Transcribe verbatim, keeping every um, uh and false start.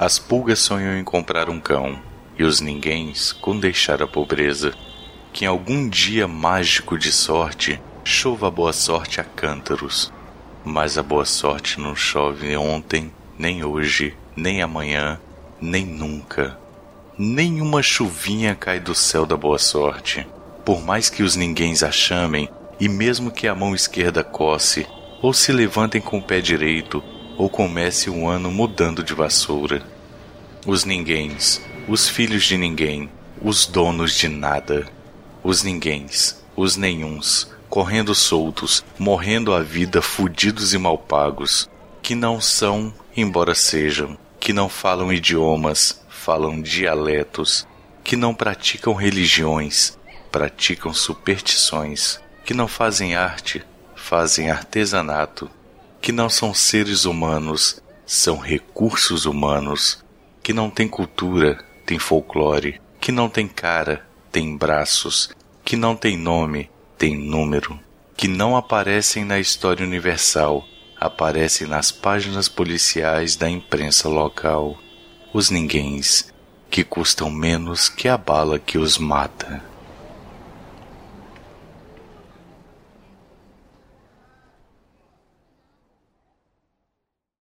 As pulgas sonham em comprar um cão, e os ninguéms com deixar a pobreza. Que em algum dia mágico de sorte chova a boa sorte a cântaros. Mas a boa sorte não chove ontem, nem hoje, nem amanhã, nem nunca. Nenhuma chuvinha cai do céu da boa sorte. Por mais que os ninguéms a chamem, e mesmo que a mão esquerda coce, ou se levantem com o pé direito, ou comece um ano mudando de vassoura. Os ninguéms, os filhos de ninguém, os donos de nada. Os ninguéms, os nenhuns, correndo soltos, morrendo a vida fudidos e mal pagos, que não são, embora sejam, que não falam idiomas, falam dialetos, que não praticam religiões, praticam superstições, que não fazem arte, fazem artesanato, que não são seres humanos, são recursos humanos, que não têm cultura, têm folclore, que não têm cara, têm braços, que não têm nome, têm número, que não aparecem na história universal, aparecem nas páginas policiais da imprensa local. Os ninguéms, que custam menos que a bala que os mata.